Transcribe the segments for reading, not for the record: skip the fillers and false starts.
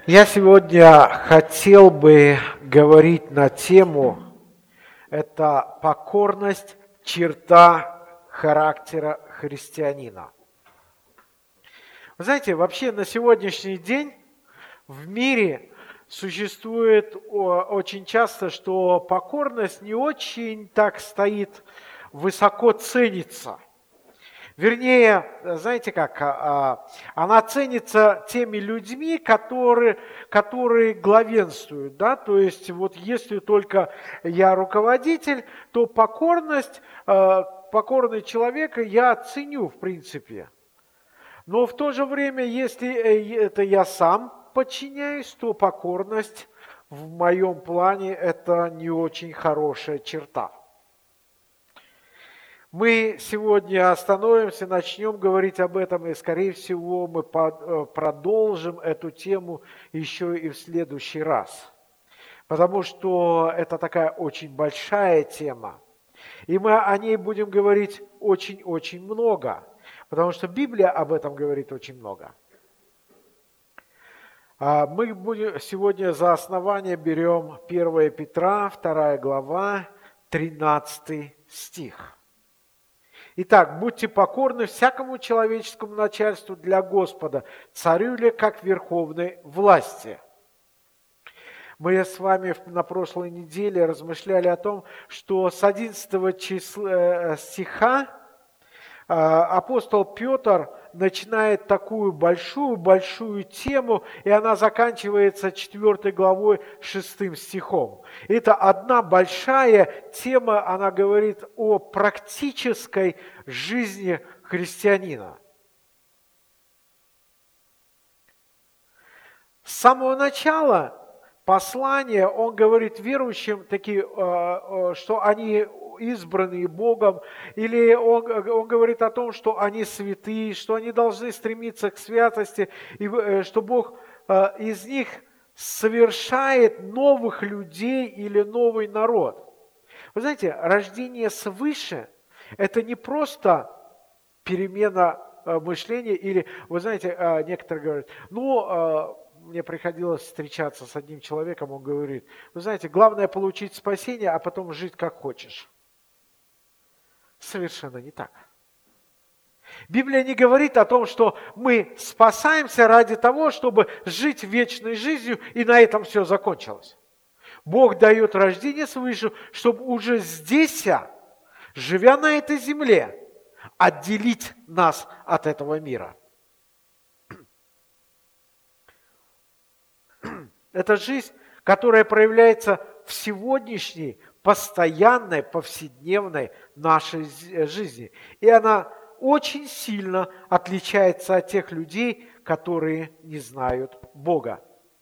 Я сегодня хотел бы говорить на тему «Это покорность, черта характера христианина». Вы знаете, вообще на сегодняшний день в мире существует очень часто, что покорность не очень так стоит, высоко ценится. Вернее, знаете как, она ценится теми людьми, которые главенствуют, да, то есть вот если только я руководитель, то покорность, покорный человека я ценю в принципе. Но в то же время, если это я сам подчиняюсь, то покорность в моем плане это не очень хорошая черта. Мы сегодня остановимся, начнем говорить об этом, и, скорее всего, мы продолжим эту тему еще и в следующий раз. Потому что это такая очень большая тема. И мы о ней будем говорить очень-очень много. Потому что Библия об этом говорит очень много. Мы будем сегодня за основание берем 1 Петра, 2 глава, 13 стих. Итак, будьте покорны всякому человеческому начальству для Господа, царю ли как верховной власти. Мы с вами на прошлой неделе размышляли о том, что с 11 стиха апостол Петр начинает такую большую тему, и она заканчивается 4 главой 6 стихом. Это одна большая тема, она говорит о практической жизни христианина. С самого начала послания он говорит верующим, что они избранные Богом, или он говорит о том, что они святые, что они должны стремиться к святости, и что Бог из них совершает новых людей или новый народ. Вы знаете, рождение свыше – это не просто перемена мышления, или, вы знаете, некоторые говорят, мне приходилось встречаться с одним человеком, он говорит, вы знаете, главное получить спасение, а потом жить как хочешь. Совершенно не так. Библия не говорит о том, что мы спасаемся ради того, чтобы жить вечной жизнью, и на этом все закончилось. Бог дает рождение свыше, чтобы уже здесь, живя на этой земле, отделить нас от этого мира. Это жизнь, которая проявляется в сегодняшней, постоянной, повседневной нашей жизни. И она очень сильно отличается от тех людей, которые не знают Бога.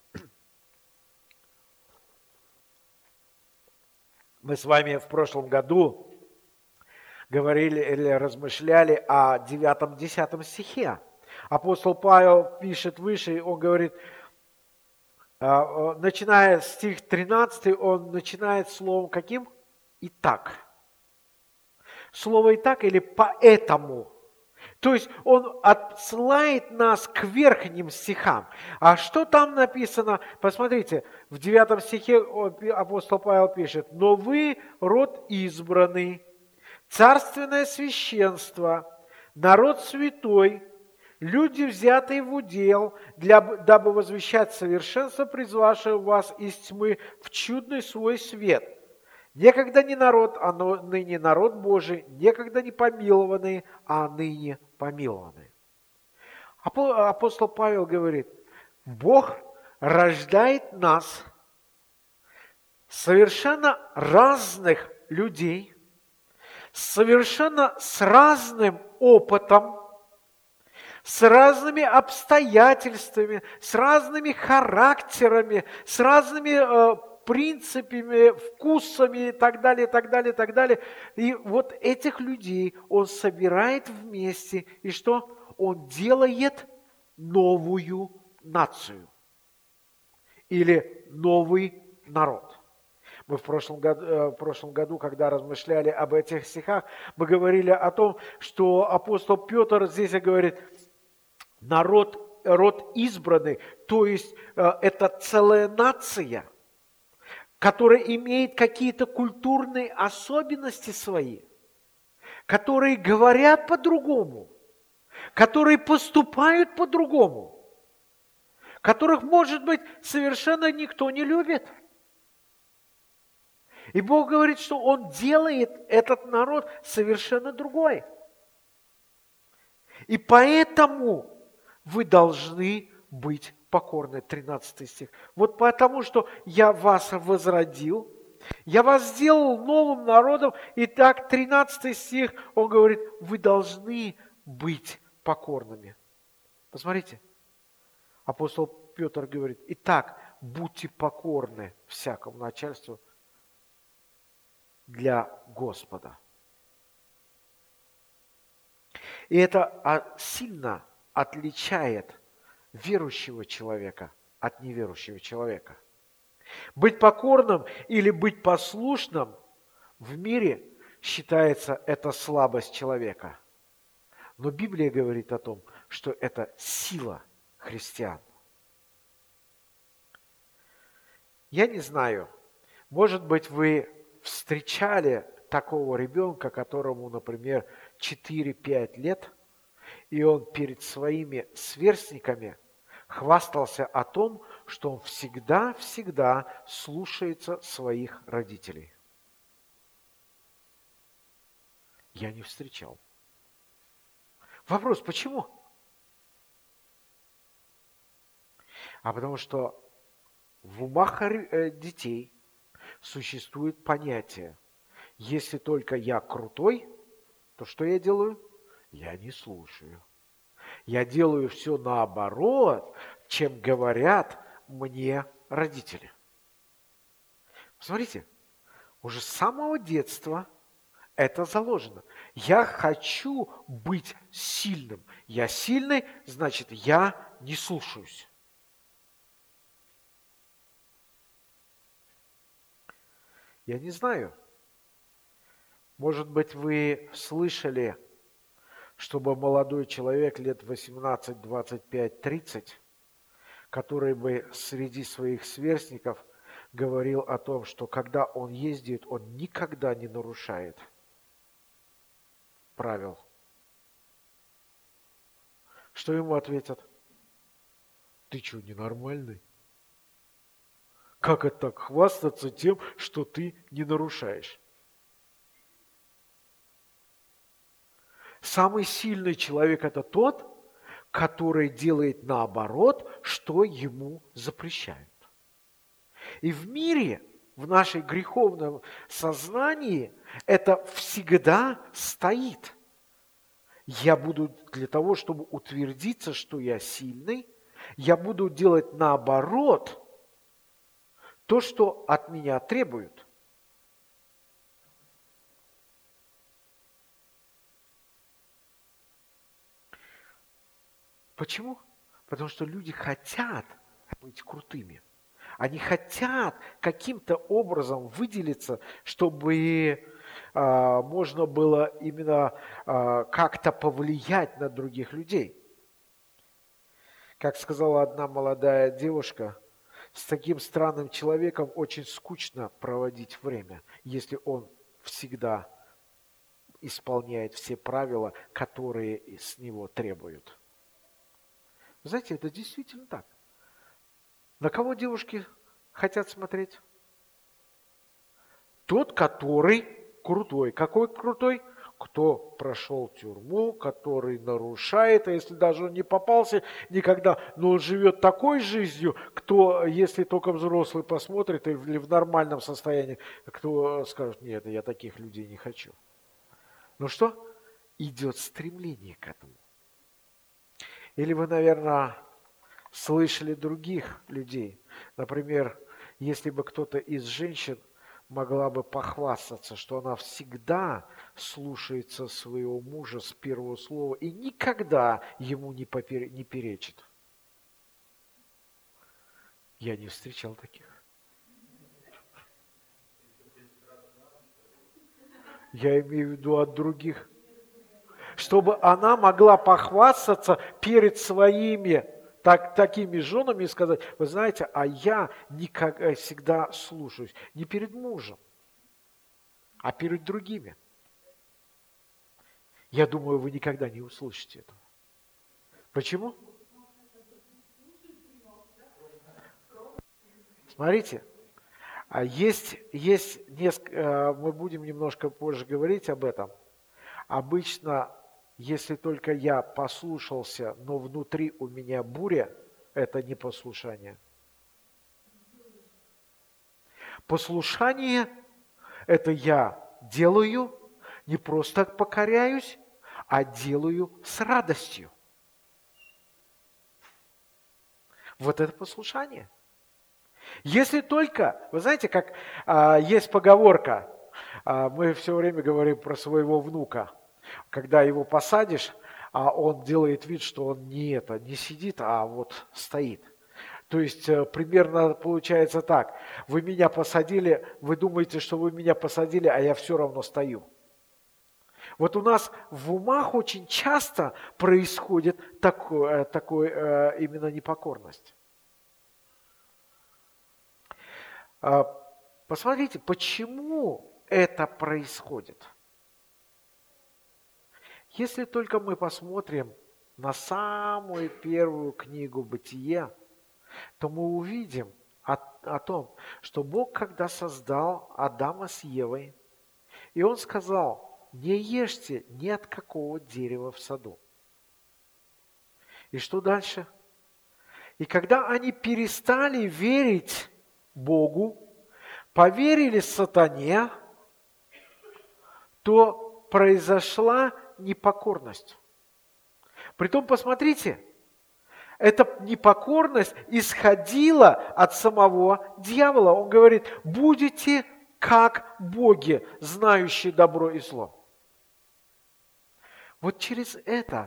Мы с вами в прошлом году говорили или размышляли о 9-10 стихе. Апостол Павел пишет выше, он говорит, начиная с стих 13, он начинает словом каким? «Итак». Слово «итак» или «поэтому». То есть он отсылает нас к верхним стихам. А что там написано? Посмотрите, в 9 стихе апостол Павел пишет: «Но вы род избранный, царственное священство, народ святой, люди, взятые в удел, дабы возвещать совершенство, призвавшего вас из тьмы в чудный свой свет. Некогда не народ, а ныне народ Божий, некогда не помилованные, а ныне помилованные». Апостол Павел говорит, Бог рождает нас, совершенно разных людей, совершенно с разным опытом, с разными обстоятельствами, с разными характерами, с разными принципами, вкусами и так далее, так далее, так далее. И вот этих людей он собирает вместе, и что? Он делает новую нацию или новый народ. Мы в прошлом году, когда размышляли об этих стихах, мы говорили о том, что апостол Петр здесь говорит, народ род избранный, то есть это целая нация, которая имеет какие-то культурные особенности свои, которые говорят по-другому, которые поступают по-другому, которых, может быть, совершенно никто не любит. И Бог говорит, что Он делает этот народ совершенно другой. И поэтому вы должны быть покорны. 13 стих. Вот потому, что я вас возродил, я вас сделал новым народом. Итак, 13 стих, он говорит, вы должны быть покорными. Посмотрите, апостол Петр говорит, итак, будьте покорны всякому начальству для Господа. И это сильно отличает верующего человека от неверующего человека. Быть покорным или быть послушным в мире считается это слабость человека. Но Библия говорит о том, что это сила христиан. Я не знаю, может быть, вы встречали такого ребенка, которому, например, 4-5 лет, и он перед своими сверстниками хвастался о том, что он всегда слушается своих родителей. Я не встречал. Вопрос, почему? А потому что в умах детей существует понятие, если только я крутой, то что я делаю? Я не слушаю. Я делаю все наоборот, чем говорят мне родители. Смотрите, уже с самого детства это заложено. Я хочу быть сильным. Я сильный, значит, я не слушаюсь. Я не знаю. Может быть, вы слышали, чтобы молодой человек лет 18, 25, 30, который бы среди своих сверстников говорил о том, что когда он ездит, он никогда не нарушает правил. Что ему ответят? Ты что, ненормальный? Как это так хвастаться тем, что ты не нарушаешь? Самый сильный человек – это тот, который делает наоборот, что ему запрещают. И в мире, в нашей греховном сознании это всегда стоит. Я буду для того, чтобы утвердиться, что я сильный, я буду делать наоборот то, что от меня требуют. Почему? Потому что люди хотят быть крутыми. Они хотят каким-то образом выделиться, чтобы можно было именно как-то повлиять на других людей. Как сказала одна молодая девушка, с таким странным человеком очень скучно проводить время, если он всегда исполняет все правила, которые с него требуют. Вы знаете, это действительно так. На кого девушки хотят смотреть? Тот, который крутой. Какой крутой? Кто прошел тюрьму, который нарушает, а если даже он не попался никогда, но он живет такой жизнью, кто, если только взрослый посмотрит или в нормальном состоянии, кто скажет, нет, я таких людей не хочу. Ну что? Идет стремление к этому. Или вы, наверное, слышали других людей. Например, если бы кто-то из женщин могла бы похвастаться, что она всегда слушается своего мужа с первого слова и никогда ему не перечит. Я не встречал таких. Я имею в виду от других. Чтобы она могла похвастаться перед своими такими женами и сказать, вы знаете, а я всегда слушаюсь не перед мужем, а перед другими. Я думаю, вы никогда не услышите этого. Почему? Смотрите, есть несколько, мы будем немножко позже говорить об этом. Обычно, если только я послушался, но внутри у меня буря, это не послушание. Послушание – это я делаю, не просто покоряюсь, а делаю с радостью. Вот это послушание. Если только, вы знаете, как есть поговорка, мы все время говорим про своего внука, когда его посадишь, он делает вид, что он не сидит, а вот стоит. То есть примерно получается так, вы меня посадили, вы думаете, что вы меня посадили, а я все равно стою. Вот у нас в умах очень часто происходит такое именно непокорность. Посмотрите, почему это происходит. Если только мы посмотрим на самую первую книгу «Бытие», то мы увидим о том, что Бог, когда создал Адама с Евой, и Он сказал, не ешьте ни от какого дерева в саду. И что дальше? И когда они перестали верить Богу, поверили сатане, то произошла непокорность. Притом, посмотрите, эта непокорность исходила от самого дьявола. Он говорит, будете как боги, знающие добро и зло. Вот через это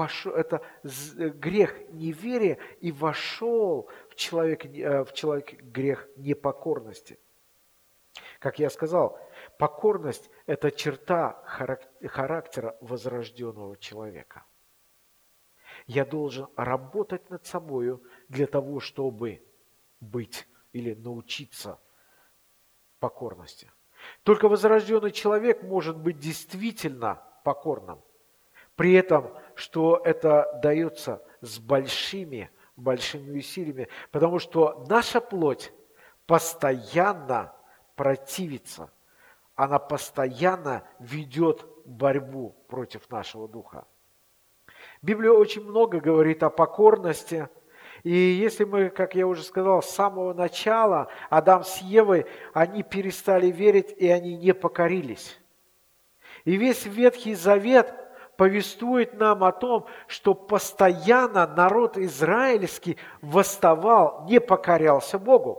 грех неверия и вошел в человека грех непокорности. Как я сказал, покорность – это черта характера возрожденного человека. Я должен работать над собой для того, чтобы быть или научиться покорности. Только возрожденный человек может быть действительно покорным. При этом, что это дается с большими усилиями, потому что наша плоть постоянно противится, она постоянно ведет борьбу против нашего духа. Библия очень много говорит о покорности, и если мы, как я уже сказал, с самого начала Адам с Евой, они перестали верить, и они не покорились. И весь Ветхий Завет повествует нам о том, что постоянно народ израильский восставал, не покорялся Богу.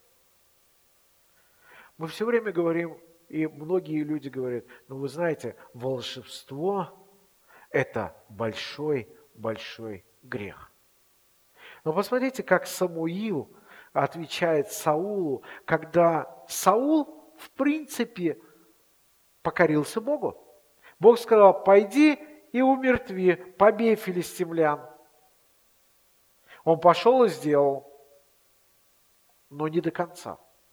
Мы все время говорим, и многие люди говорят, вы знаете, волшебство – это большой грех. Но посмотрите, как Самуил отвечает Саулу, когда Саул, в принципе, покорился Богу. Бог сказал, пойди и умертви, побей филистимлян. Он пошел и сделал, но не до конца.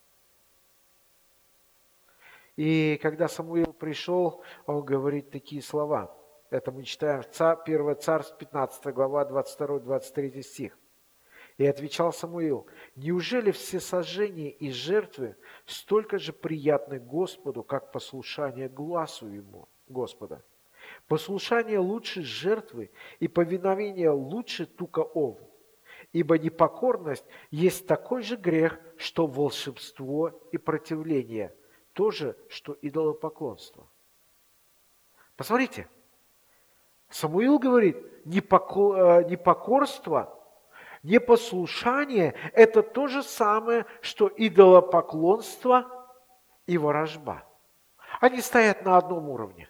И когда Самуил пришел, он говорит такие слова. Это мы читаем в 1 Царств, 15 глава, 22-23 стих. И отвечал Самуил, неужели все сожжения и жертвы столько же приятны Господу, как послушание гласу Ему, Господа? Послушание лучше жертвы, и повиновение лучше тука овн. Ибо непокорность есть такой же грех, что волшебство и противление, то же, что идолопоклонство. Посмотрите, Самуил говорит, непокорство, непослушание – это то же самое, что идолопоклонство и ворожба. Они стоят на одном уровне.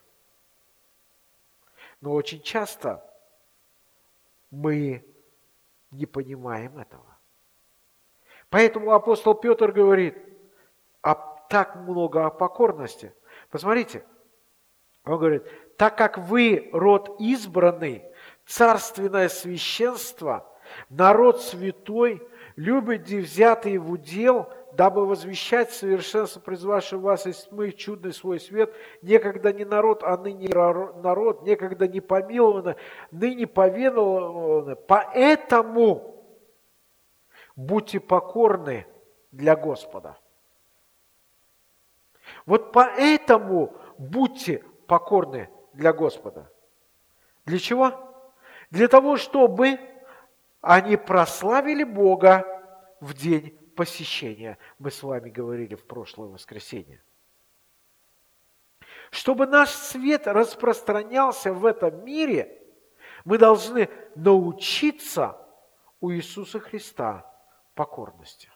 Но очень часто мы не понимаем этого. Поэтому апостол Петр говорит, так много о покорности. Посмотрите, он говорит, так как вы род избранный, царственное священство, Народ святой, любите взятые в удел, дабы возвещать совершенство призвавшего вас из тьмы в чудный свой свет, некогда не народ, а ныне народ, некогда не помиловано, ныне повиновано. Поэтому будьте покорны для Господа. Вот поэтому будьте покорны для Господа. Для чего? Для того, чтобы они прославили Бога в день посещения. Мы с вами говорили в прошлое воскресенье. Чтобы наш свет распространялся в этом мире, мы должны научиться у Иисуса Христа покорности.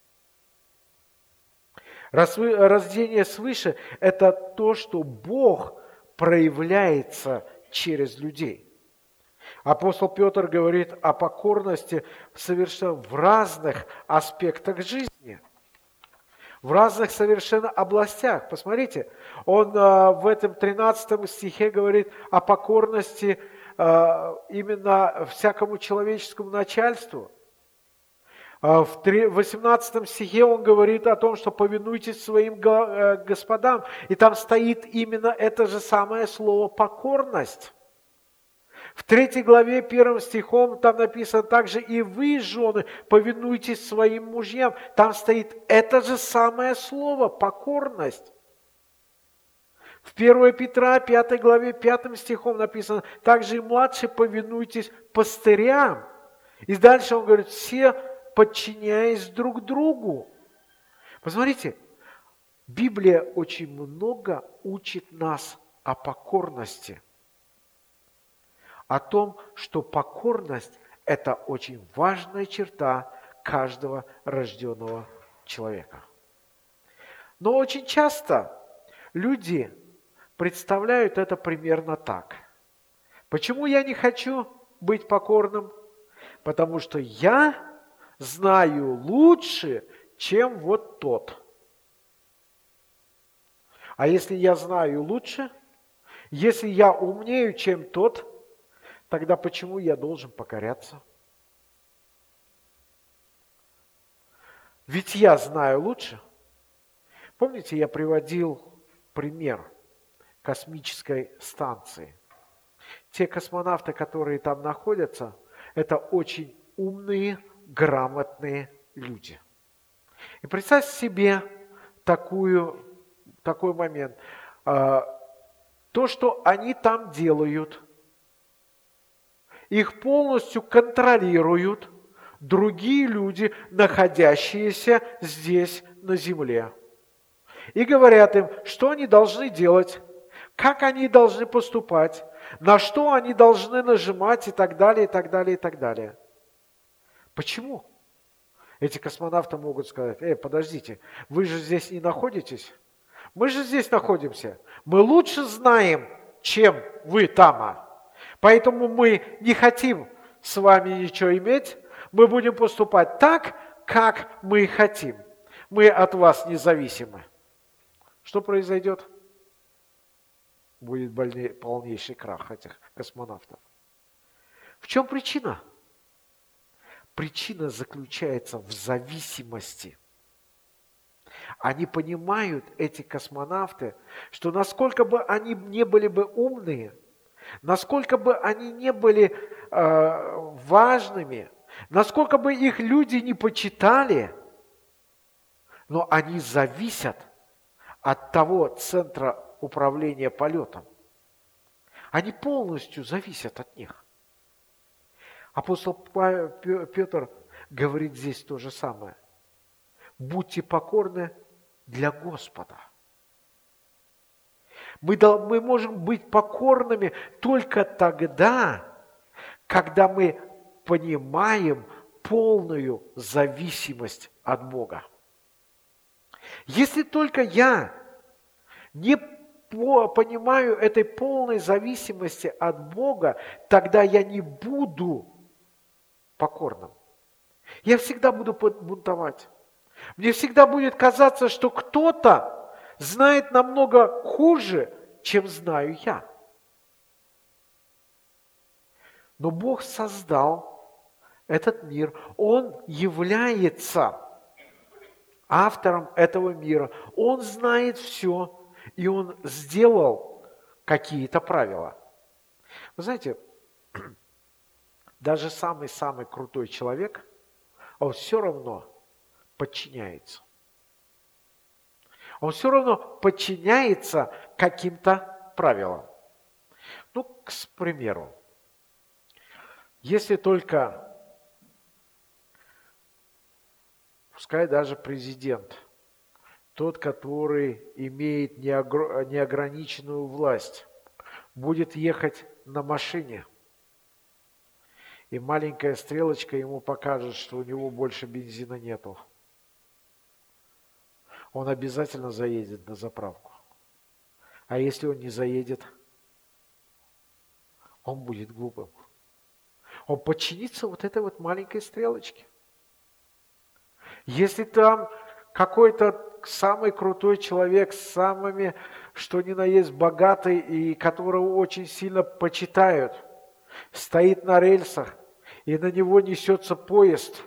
Рождение свыше – это то, что Бог проявляется через людей. Апостол Петр говорит о покорности совершенно в разных аспектах жизни, в разных совершенно областях. Посмотрите, он в этом 13 стихе говорит о покорности именно всякому человеческому начальству. В 18 стихе он говорит о том, что повинуйтесь своим господам. И там стоит именно это же самое слово «покорность». В 3 главе 1 стихом там написано также «И вы, жены, повинуйтесь своим мужьям». Там стоит это же самое слово «покорность». В 1 Петра 5 главе 5 стихом написано «Также и младшие повинуйтесь пастырям». И дальше он говорит «Все подчиняясь друг другу». Посмотрите, Библия очень много учит нас о покорности. О том, что покорность – это очень важная черта каждого рожденного человека. Но очень часто люди представляют это примерно так. Почему я не хочу быть покорным? Потому что я знаю лучше, чем вот тот. А если я знаю лучше, если я умнее, чем тот, тогда почему я должен покоряться? Ведь я знаю лучше. Помните, я приводил пример космической станции. Те космонавты, которые там находятся, это очень умные, грамотные люди. И представьте себе такой момент. То, что они там делают, их полностью контролируют другие люди, находящиеся здесь на земле. И говорят им, что они должны делать, как они должны поступать, на что они должны нажимать и так далее, и так далее, и так далее. Почему? Эти космонавты могут сказать, подождите, вы же здесь не находитесь? Мы же здесь находимся. Мы лучше знаем, чем вы там. Поэтому мы не хотим с вами ничего иметь. Мы будем поступать так, как мы хотим. Мы от вас независимы. Что произойдет? Будет полнейший крах этих космонавтов. В чем причина? Причина заключается в зависимости. Они понимают, эти космонавты, что насколько бы они не были бы умные, насколько бы они не были важными, насколько бы их люди не почитали, но они зависят от того центра управления полетом. Они полностью зависят от них. Апостол Петр говорит здесь то же самое. Будьте покорны для Господа. Мы можем быть покорными только тогда, когда мы понимаем полную зависимость от Бога. Если только я не понимаю этой полной зависимости от Бога, тогда я не буду покорным. Я всегда буду бунтовать. Мне всегда будет казаться, что кто-то знает намного хуже, чем знаю я. Но Бог создал этот мир, Он является автором этого мира. Он знает все, и Он сделал какие-то правила. Вы знаете, даже самый-самый крутой человек, он все равно подчиняется. Он все равно подчиняется каким-то правилам. Ну, к примеру, если только, пускай даже президент, тот, который имеет неограниченную власть, будет ехать на машине, и маленькая стрелочка ему покажет, что у него больше бензина нету, он обязательно заедет на заправку. А если он не заедет, он будет глупым. Он подчинится вот этой вот маленькой стрелочке. Если там какой-то самый крутой человек с самыми, что ни на есть, богатый, и которого очень сильно почитают, стоит на рельсах, и на него несется поезд,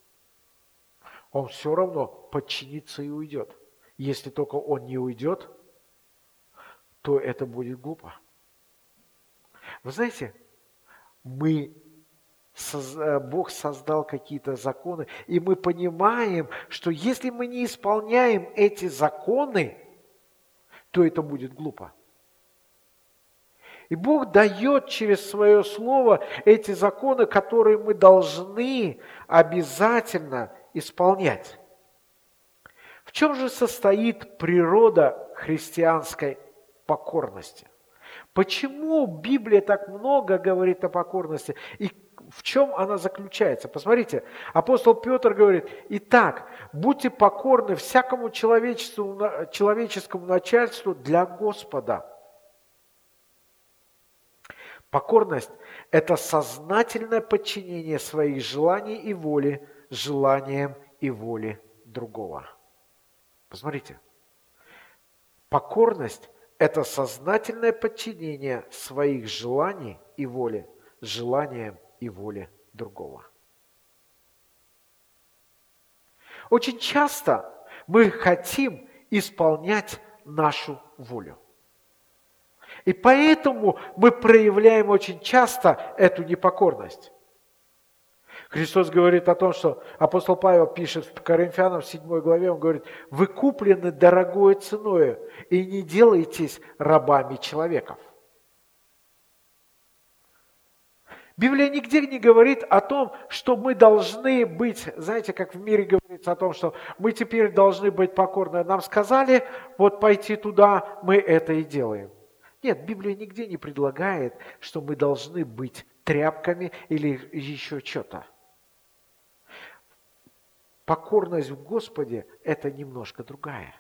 он все равно подчинится и уйдет. Если только он не уйдет, то это будет глупо. Вы знаете, Бог создал какие-то законы, и мы понимаем, что если мы не исполняем эти законы, то это будет глупо. И Бог дает через свое слово эти законы, которые мы должны обязательно исполнять. В чем же состоит природа христианской покорности? Почему Библия так много говорит о покорности? И в чем она заключается? Посмотрите, апостол Петр говорит: «Итак, будьте покорны всякому человеческому начальству для Господа». Покорность – это сознательное подчинение своих желаний и воли желаниям и воле другого. Посмотрите, покорность – это сознательное подчинение своих желаний и воли желаниям и воле другого. Очень часто мы хотим исполнять нашу волю. И поэтому мы проявляем очень часто эту непокорность. Христос говорит о том, что апостол Павел пишет в Коринфянам в 7 главе, он говорит: «Вы куплены дорогой ценою, и не делайтесь рабами человеков». Библия нигде не говорит о том, что мы должны быть, знаете, как в мире говорится о том, что мы теперь должны быть покорны. Нам сказали, вот пойти туда, мы это и делаем. Нет, Библия нигде не предлагает, что мы должны быть тряпками или еще что-то. Покорность в Господе – это немножко другая.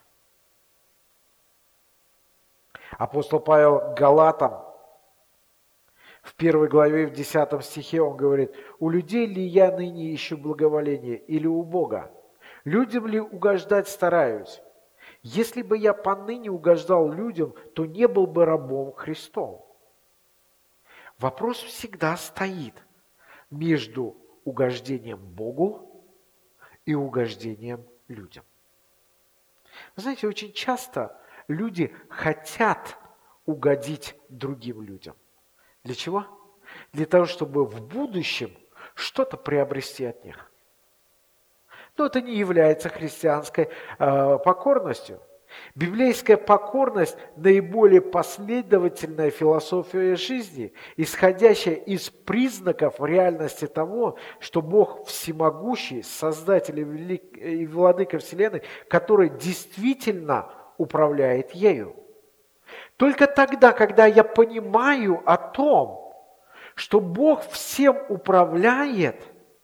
Апостол Павел Галатам в 1 главе, в 10 стихе он говорит: «У людей ли я ныне ищу благоволение, или у Бога? Людям ли угождать стараюсь? Если бы я поныне угождал людям, то не был бы рабом Христом». Вопрос всегда стоит между угождением Богу и угождением людям. Вы знаете, очень часто люди хотят угодить другим людям. Для чего? Для того, чтобы в будущем что-то приобрести от них. Но это не является христианской покорностью. Библейская покорность – наиболее последовательная философия жизни, исходящая из признаков реальности того, что Бог всемогущий, Создатель и Владыка Вселенной, который действительно управляет ею. Только тогда, когда я понимаю о том, что Бог всем управляет,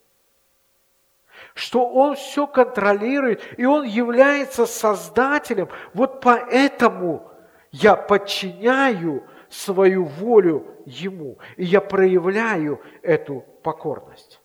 что Он все контролирует, и Он является Создателем, вот поэтому я подчиняю свою волю Ему, и я проявляю эту покорность.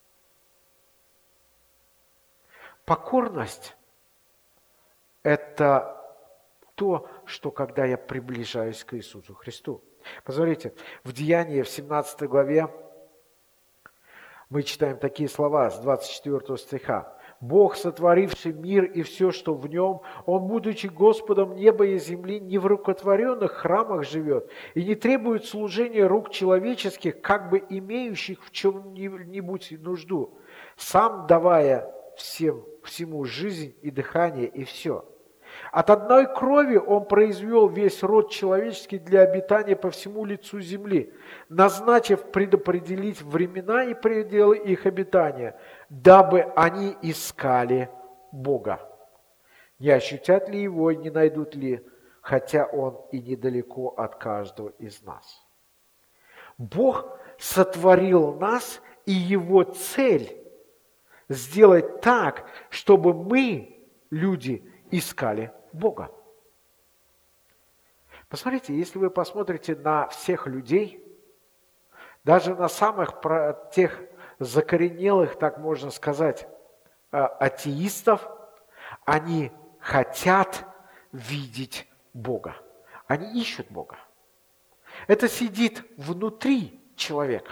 Покорность – это то, что когда я приближаюсь к Иисусу Христу. Посмотрите, в Деянии, в 17 главе, Мы читаем такие слова с 24 стиха. «Бог, сотворивший мир и все, что в нем, Он, будучи Господом неба и земли, не в рукотворенных храмах живет и не требует служения рук человеческих, как бы имеющих в чем-нибудь нужду, сам давая всему жизнь и дыхание и все. От одной крови Он произвел весь род человеческий для обитания по всему лицу земли, назначив предопределить времена и пределы их обитания, дабы они искали Бога. Не ощутят ли Его, не найдут ли, хотя Он и недалеко от каждого из нас». Бог сотворил нас, и Его цель – сделать так, чтобы мы, люди, искали Бога. Посмотрите, если вы посмотрите на всех людей, даже на самых тех закоренелых, так можно сказать, атеистов, они хотят видеть Бога. Они ищут Бога. Это сидит внутри человека.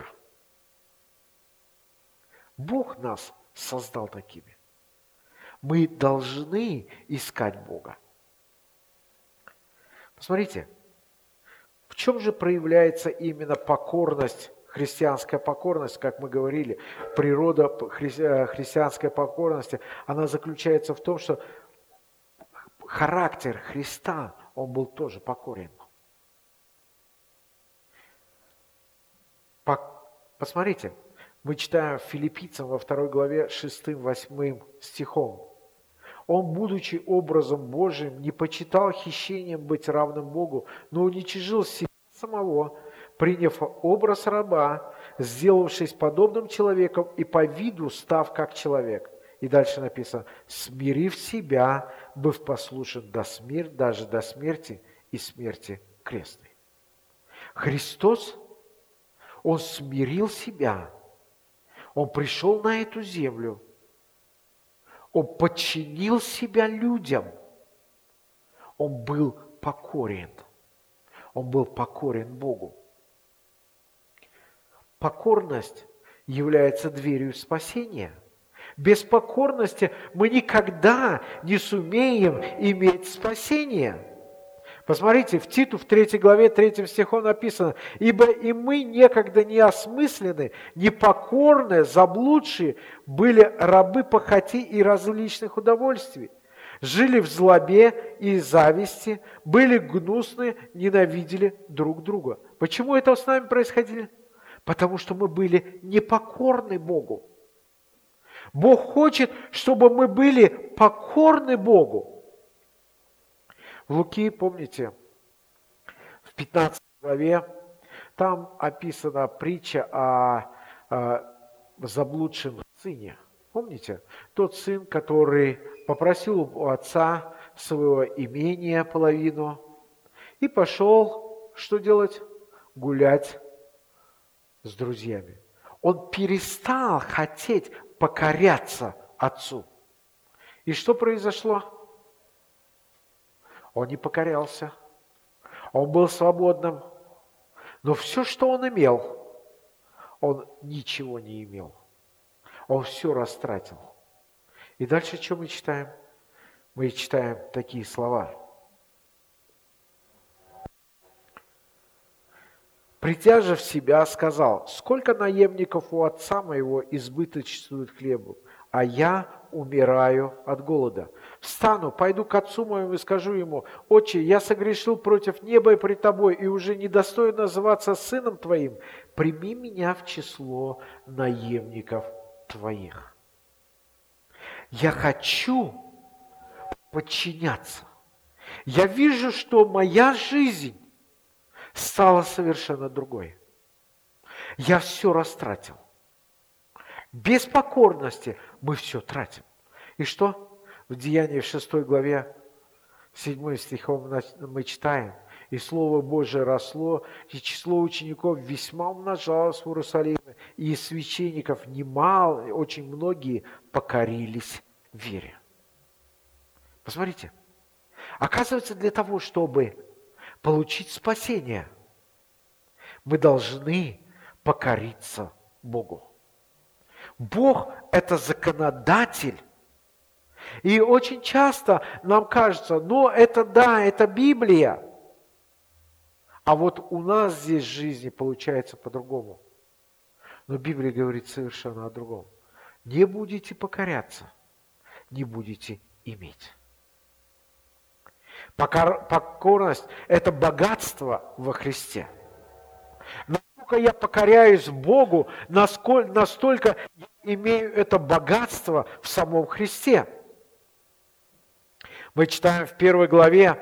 Бог нас создал такими. Мы должны искать Бога. Посмотрите, в чем же проявляется именно покорность, христианская покорность, как мы говорили, природа христианской покорности, она заключается в том, что характер Христа, он был тоже покорен. Посмотрите, мы читаем Филиппийцам во 2 главе 6-8 стихом. «Он, будучи образом Божиим, не почитал хищением быть равным Богу, но уничижил себя самого, приняв образ раба, сделавшись подобным человеком и по виду став как человек». И дальше написано: «смирив себя, быв послушен даже до смерти и смерти крестной». Христос, Он смирил себя, Он пришел на эту землю, Он подчинил себя людям, Он был покорен. Он был покорен Богу. Покорность является дверью спасения. Без покорности мы никогда не сумеем иметь спасение. Посмотрите, в Титу, в 3 главе, 3 стихом написано: «Ибо и мы некогда неосмысленны, непокорные, заблудшие, были рабы похоти и различных удовольствий, жили в злобе и зависти, были гнусны, ненавидели друг друга». Почему это с нами происходило? Потому что мы были непокорны Богу. Бог хочет, чтобы мы были покорны Богу. В Луки, помните, в 15 главе, там описана притча о заблудшем сыне. Помните? Тот сын, который попросил у отца своего имения половину и пошел, что делать? Гулять с друзьями. Он перестал хотеть покоряться отцу. И что произошло? Он не покорялся. Он был свободным. Но все, что он имел, он ничего не имел. Он все растратил. И дальше что мы читаем? Мы читаем такие слова. «Придя же в себя, сказал: сколько наемников у отца моего избыточествует хлебу, а я умираю от голода. Встану, пойду к отцу моему и скажу ему: отче, я согрешил против неба и пред тобой, и уже недостоин называться сыном твоим. Прими меня в число наемников твоих». Я хочу подчиняться. Я вижу, что моя жизнь стала совершенно другой. Я все растратил. Без покорности мы все тратим. И что? В Деянии в 6 главе 7 стихом мы читаем: «И Слово Божие росло, и число учеников весьма умножалось в Иерусалиме, и из священников немало, очень многие покорились вере». Посмотрите. Оказывается, для того, чтобы получить спасение, мы должны покориться Богу. Бог – это законодатель. И очень часто нам кажется, ну это да, это Библия. А вот у нас здесь в жизни получается по-другому. Но Библия говорит совершенно о другом. Не будете покоряться, не будете иметь. Покорность – это богатство во Христе. Насколько я покоряюсь Богу, настолько я имею это богатство в самом Христе. Мы читаем в 1 главе,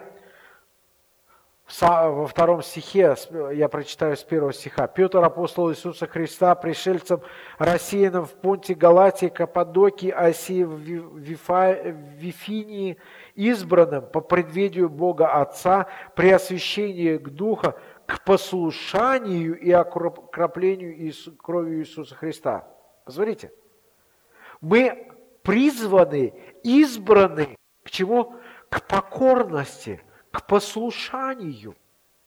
во 2 стихе, я прочитаю с 1 стиха. «Петр, апостол Иисуса Христа, пришельцем, рассеянным в Понте, Галатии, Каппадокии, Асии, в Вифинии, избранным по предвидению Бога Отца, при освящении к Духа, к послушанию и окроплению кровью Иисуса Христа». Посмотрите, мы призваны, избраны к чему? К покорности, к послушанию.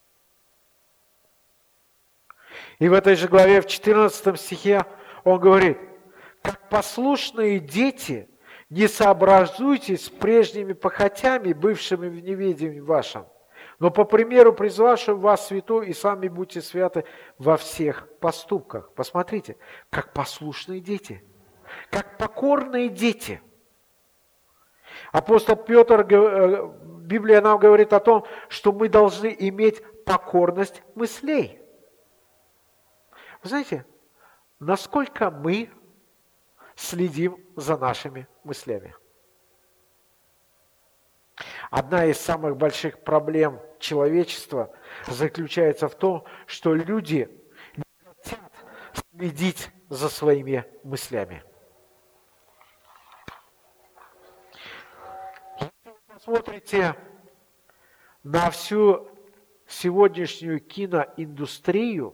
И в этой же главе, в 14 стихе, он говорит: «Как послушные дети, не сообразуйтесь с прежними похотями, бывшими в неведении вашем, но по примеру призвавшего вас святой, и сами будьте святы во всех поступках». Посмотрите, как послушные дети, как покорные дети. Апостол Петр, Библия нам говорит о том, что мы должны иметь покорность мыслей. Вы знаете, насколько мы следим за нашими мыслями? Одна из самых больших проблем человечества заключается в том, что люди не хотят следить за своими мыслями. Смотрите на всю сегодняшнюю киноиндустрию,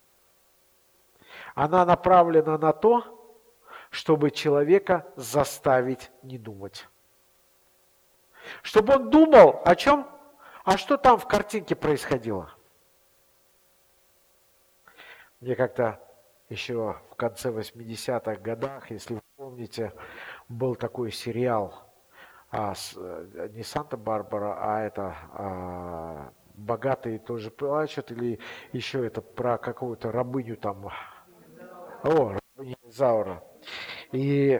она направлена на то, чтобы человека заставить не думать. Чтобы он думал о чем? А что там в картинке происходило? Мне как-то еще в конце 80-х годах, если вы помните, был такой сериал, не Санта-Барбара, а это «Богатые тоже плачут», или еще это про какую-то рабыню там, рабыню Изаура. И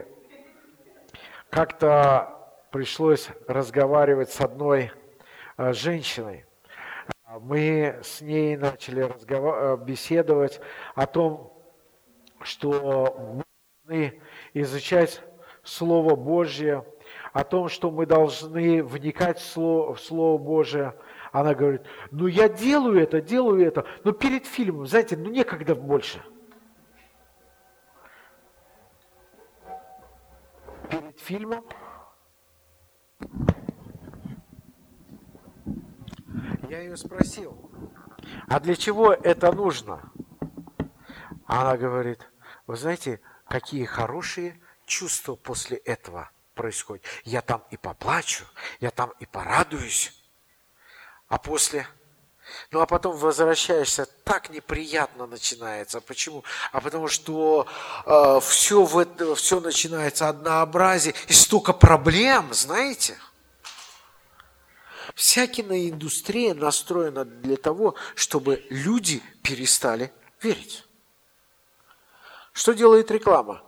как-то пришлось разговаривать с одной женщиной. Мы с ней начали беседовать о том, что мы должны изучать Слово Божье, о том, что мы должны вникать в Слово Божие. Она говорит: ну я делаю это, но перед фильмом, знаете, некогда больше. Перед фильмом я ее спросил: а для чего это нужно? Она говорит: вы знаете, какие хорошие чувства после этого происходит. Я там и поплачу, я там и порадуюсь. А после? Ну, а потом возвращаешься, так неприятно начинается. Почему? А потому что все начинается однообразие и столько проблем, знаете. Вся киноиндустрия настроена для того, чтобы люди перестали верить. Что делает реклама?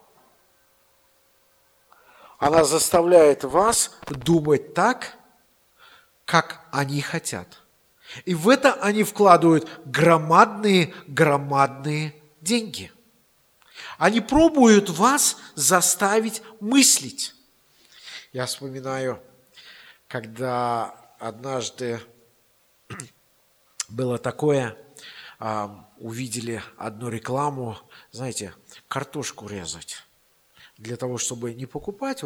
Она заставляет вас думать так, как они хотят. И в это они вкладывают громадные деньги. Они пробуют вас заставить мыслить. Я вспоминаю, когда однажды было такое, увидели одну рекламу, знаете, картошку резать. Для того, чтобы не покупать,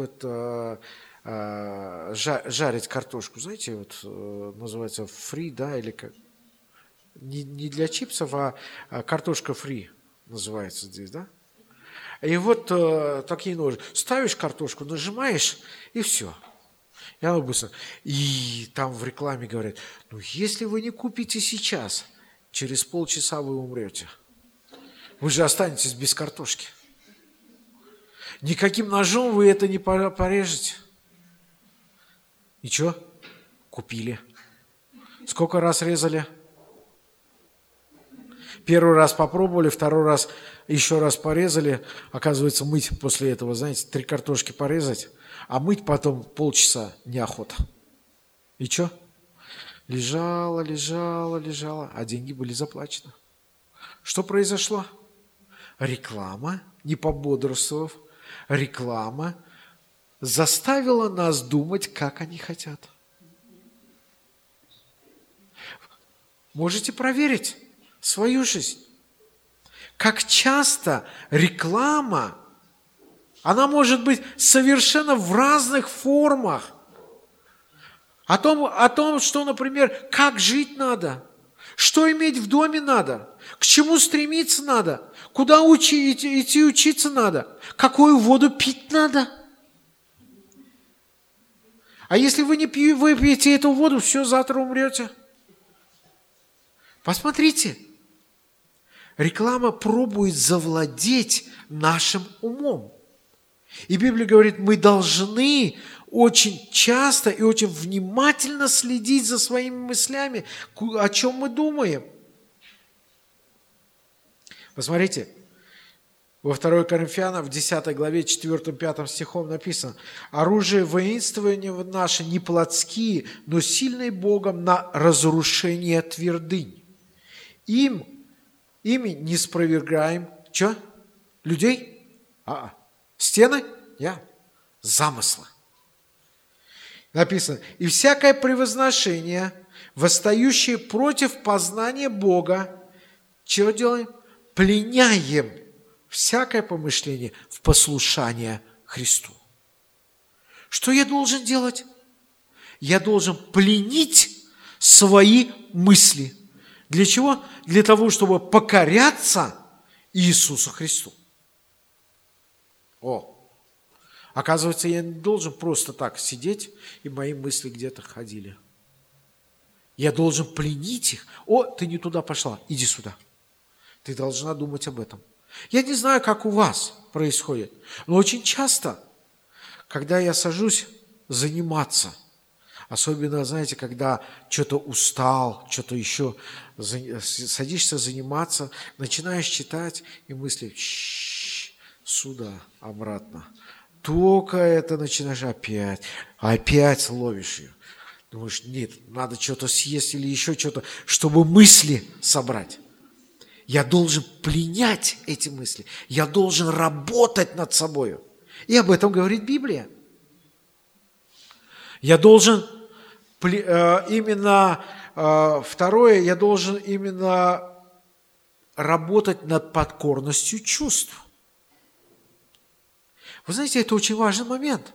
жарить картошку, знаете, называется фри, да, или как? Не для чипсов, а картошка фри называется здесь, да? И такие ножи. Ставишь картошку, нажимаешь, и все. И оно быстро. И там в рекламе говорят: ну, если вы не купите сейчас, через полчаса вы умрете. Вы же останетесь без картошки. Никаким ножом вы это не порежете. Ничего, купили. Сколько раз резали? Первый раз попробовали, второй раз еще раз порезали. Оказывается, мыть после этого, знаете, 3 картошки порезать, а мыть потом полчаса неохота. И что? Лежала, а деньги были заплачены. Что произошло? Реклама, не пободрствовав, реклама заставила нас думать, как они хотят. Можете проверить свою жизнь. Как часто реклама, она может быть совершенно в разных формах. О том, что, например, как жить надо, что иметь в доме надо, к чему стремиться надо, куда идти учиться надо, какую воду пить надо. А если вы не выпьете эту воду, все, завтра умрете. Посмотрите, реклама пробует завладеть нашим умом. И Библия говорит, мы должны очень часто и очень внимательно следить за своими мыслями, о чем мы думаем. Посмотрите, во 2 Коринфянам, в 10 главе, 4-5 стихом написано, «Оружие воинствования наше не плотские, но сильные Богом на разрушение твердынь. Ими не спровергаем». Что? Людей? Стены? Замысла. Написано, «И всякое превозношение, восстающее против познания Бога, чего делаем? Пленяем всякое помышление в послушание Христу». Что я должен делать? Я должен пленить свои мысли. Для чего? Для того, чтобы покоряться Иисусу Христу. Оказывается, я не должен просто так сидеть, и мои мысли где-то ходили. Я должен пленить их. Ты не туда пошла, иди сюда. Ты должна думать об этом. Я не знаю, как у вас происходит, но очень часто, когда я сажусь заниматься, особенно, знаете, когда что-то устал, что-то еще, садишься заниматься, начинаешь читать, и мысли, сюда, обратно. Только это начинаешь опять ловишь ее. Думаешь, нет, надо что-то съесть или еще что-то, чтобы мысли собрать. Я должен пленять эти мысли. Я должен работать над собой. И об этом говорит Библия. Я должен второе, я должен именно работать над подкорностью чувств. Вы знаете, это очень важный момент.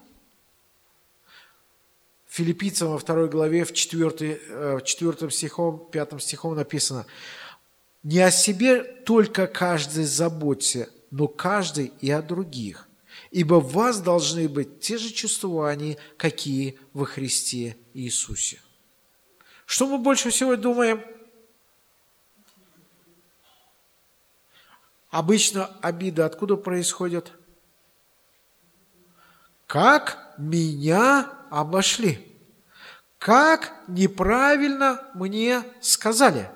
Филиппийцам во 2 главе, в 4 стихом, 5 стихом написано, «Не о себе только каждый заботься, но каждый и о других. Ибо в вас должны быть те же чувствования, какие во Христе Иисусе». Что мы больше всего думаем? Обычно обида откуда происходит? Как меня обошли? Как неправильно мне сказали?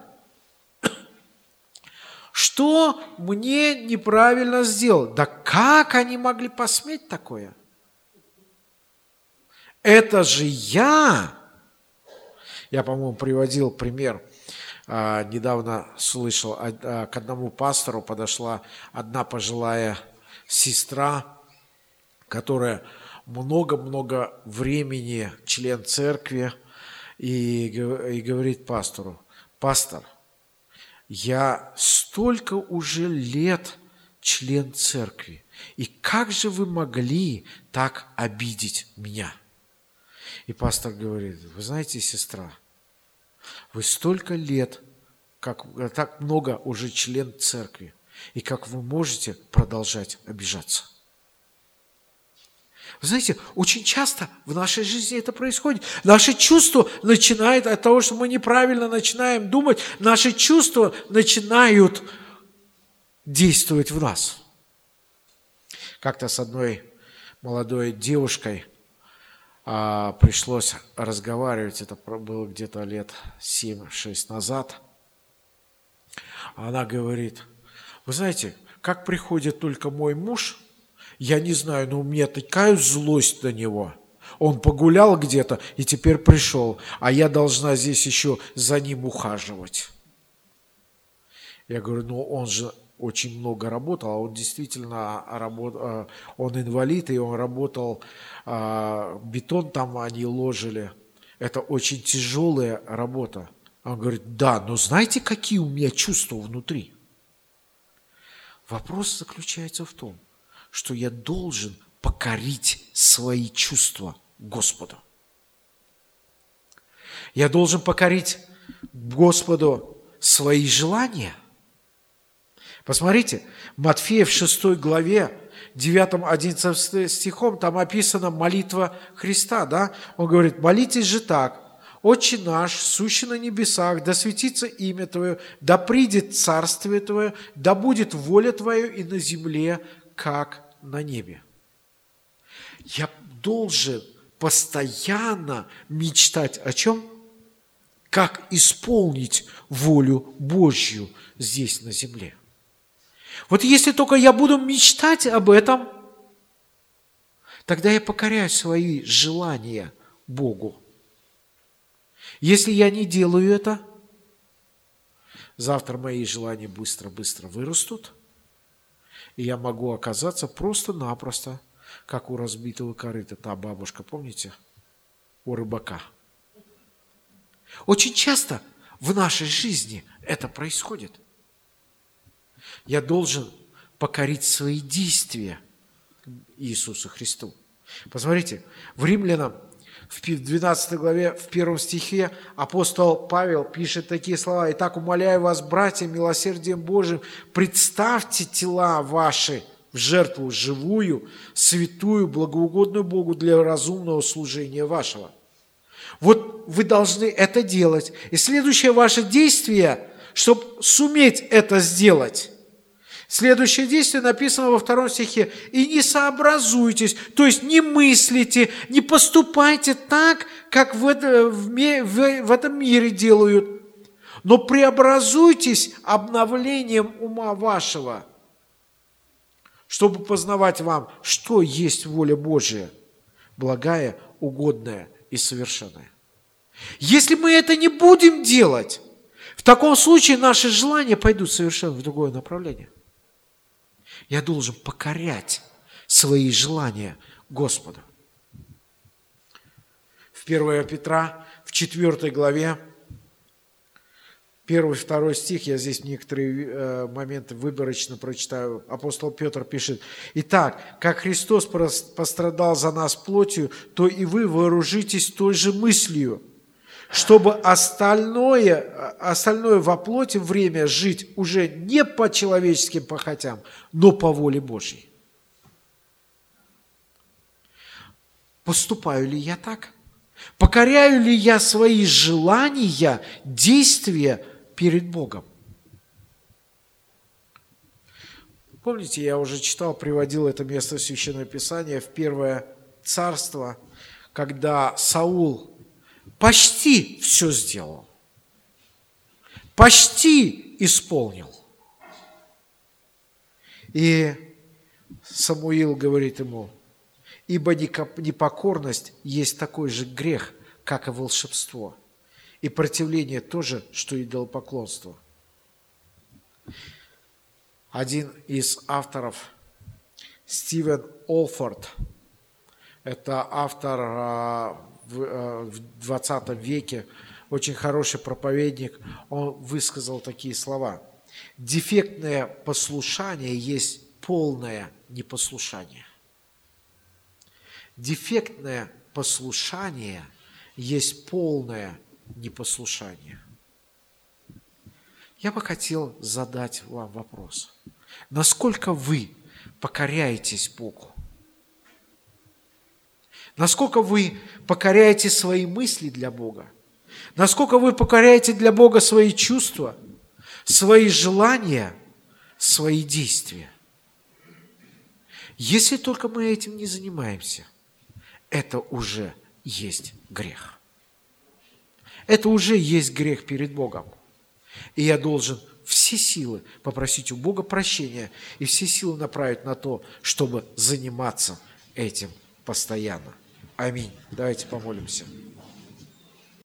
Что мне неправильно сделал? Да как они могли посметь такое? Это же я. Я, по-моему, приводил пример. Недавно слышал, к одному пастору подошла одна пожилая сестра, которая много-много времени член церкви, и говорит пастору: «Пастор, я столько уже лет член церкви, и как же вы могли так обидеть меня?» И пастор говорит: «Вы знаете, сестра, вы столько лет, так много уже член церкви, и как вы можете продолжать обижаться?» Вы знаете, очень часто в нашей жизни это происходит. Наши чувства начинают от того, что мы неправильно начинаем думать, наши чувства начинают действовать в нас. Как-то с одной молодой девушкой пришлось разговаривать, это было где-то лет 7-6 назад. Она говорит: вы знаете, как приходит только мой муж, я не знаю, но у меня такая злость на него. Он погулял где-то и теперь пришел, а я должна здесь еще за ним ухаживать. Я говорю, ну он же очень много работал, а он действительно работал, он инвалид, и он работал, бетон там они ложили. Это очень тяжелая работа. Он говорит, да, но знаете, какие у меня чувства внутри? Вопрос заключается в том, что я должен покорить свои чувства Господу. Я должен покорить Господу свои желания. Посмотрите, Матфея в 6 главе, 9-11 стихом, там описана молитва Христа, да? Он говорит, молитесь же так: «Отче наш, сущий на небесах, да светится имя Твое, да придет царствие Твое, да будет воля Твоя и на земле, как на небе». Я должен постоянно мечтать о чем? Как исполнить волю Божью здесь на земле. Вот если только я буду мечтать об этом, тогда я покоряю свои желания Богу. Если я не делаю это, завтра мои желания быстро-быстро вырастут, и я могу оказаться просто-напросто, как у разбитого корыта. Та бабушка, помните, у рыбака. Очень часто в нашей жизни это происходит. Я должен покорить свои действия Иисусу Христу. Посмотрите, в Римлянам, в 12 главе, в 1 стихе апостол Павел пишет такие слова: «Итак, умоляю вас, братья, милосердием Божиим, представьте тела ваши в жертву живую, святую, благоугодную Богу для разумного служения вашего». Вот вы должны это делать. И следующее ваше действие, чтобы суметь это сделать, следующее действие написано во 2 стихе. «И не сообразуйтесь», то есть не мыслите, не поступайте так, как в этом мире делают, но преобразуйтесь обновлением ума вашего, чтобы познавать вам, что есть воля Божия, благая, угодная и совершенная. Если мы это не будем делать, в таком случае наши желания пойдут совершенно в другое направление. Я должен покорять свои желания Господу. В 1 Петра, в 4 главе, 1-2 стих, я здесь некоторые моменты выборочно прочитаю. Апостол Петр пишет: «Итак, как Христос пострадал за нас плотью, то и вы вооружитесь той же мыслью, чтобы остальное во плоти время жить уже не по человеческим похотям, но по воле Божьей». Поступаю ли я так? Покоряю ли я свои желания, действия перед Богом? Помните, я уже читал, приводил это место Священного Писания в 1 Царство, когда Саул почти все сделал, почти исполнил. И Самуил говорит ему: «Ибо непокорность есть такой же грех, как и волшебство, и противление тоже, что идолопоклонство». Один из авторов, Стивен Олфорд, это автор в 20 веке, очень хороший проповедник, он высказал такие слова: «Дефектное послушание есть полное непослушание». Дефектное послушание есть полное непослушание. Я бы хотел задать вам вопрос. Насколько вы покоряетесь Богу? Насколько вы покоряете свои мысли для Бога? Насколько вы покоряете для Бога свои чувства, свои желания, свои действия? Если только мы этим не занимаемся, это уже есть грех. Это уже есть грех перед Богом. И я должен все силы попросить у Бога прощения и все силы направить на то, чтобы заниматься этим постоянно. Аминь. Давайте помолимся.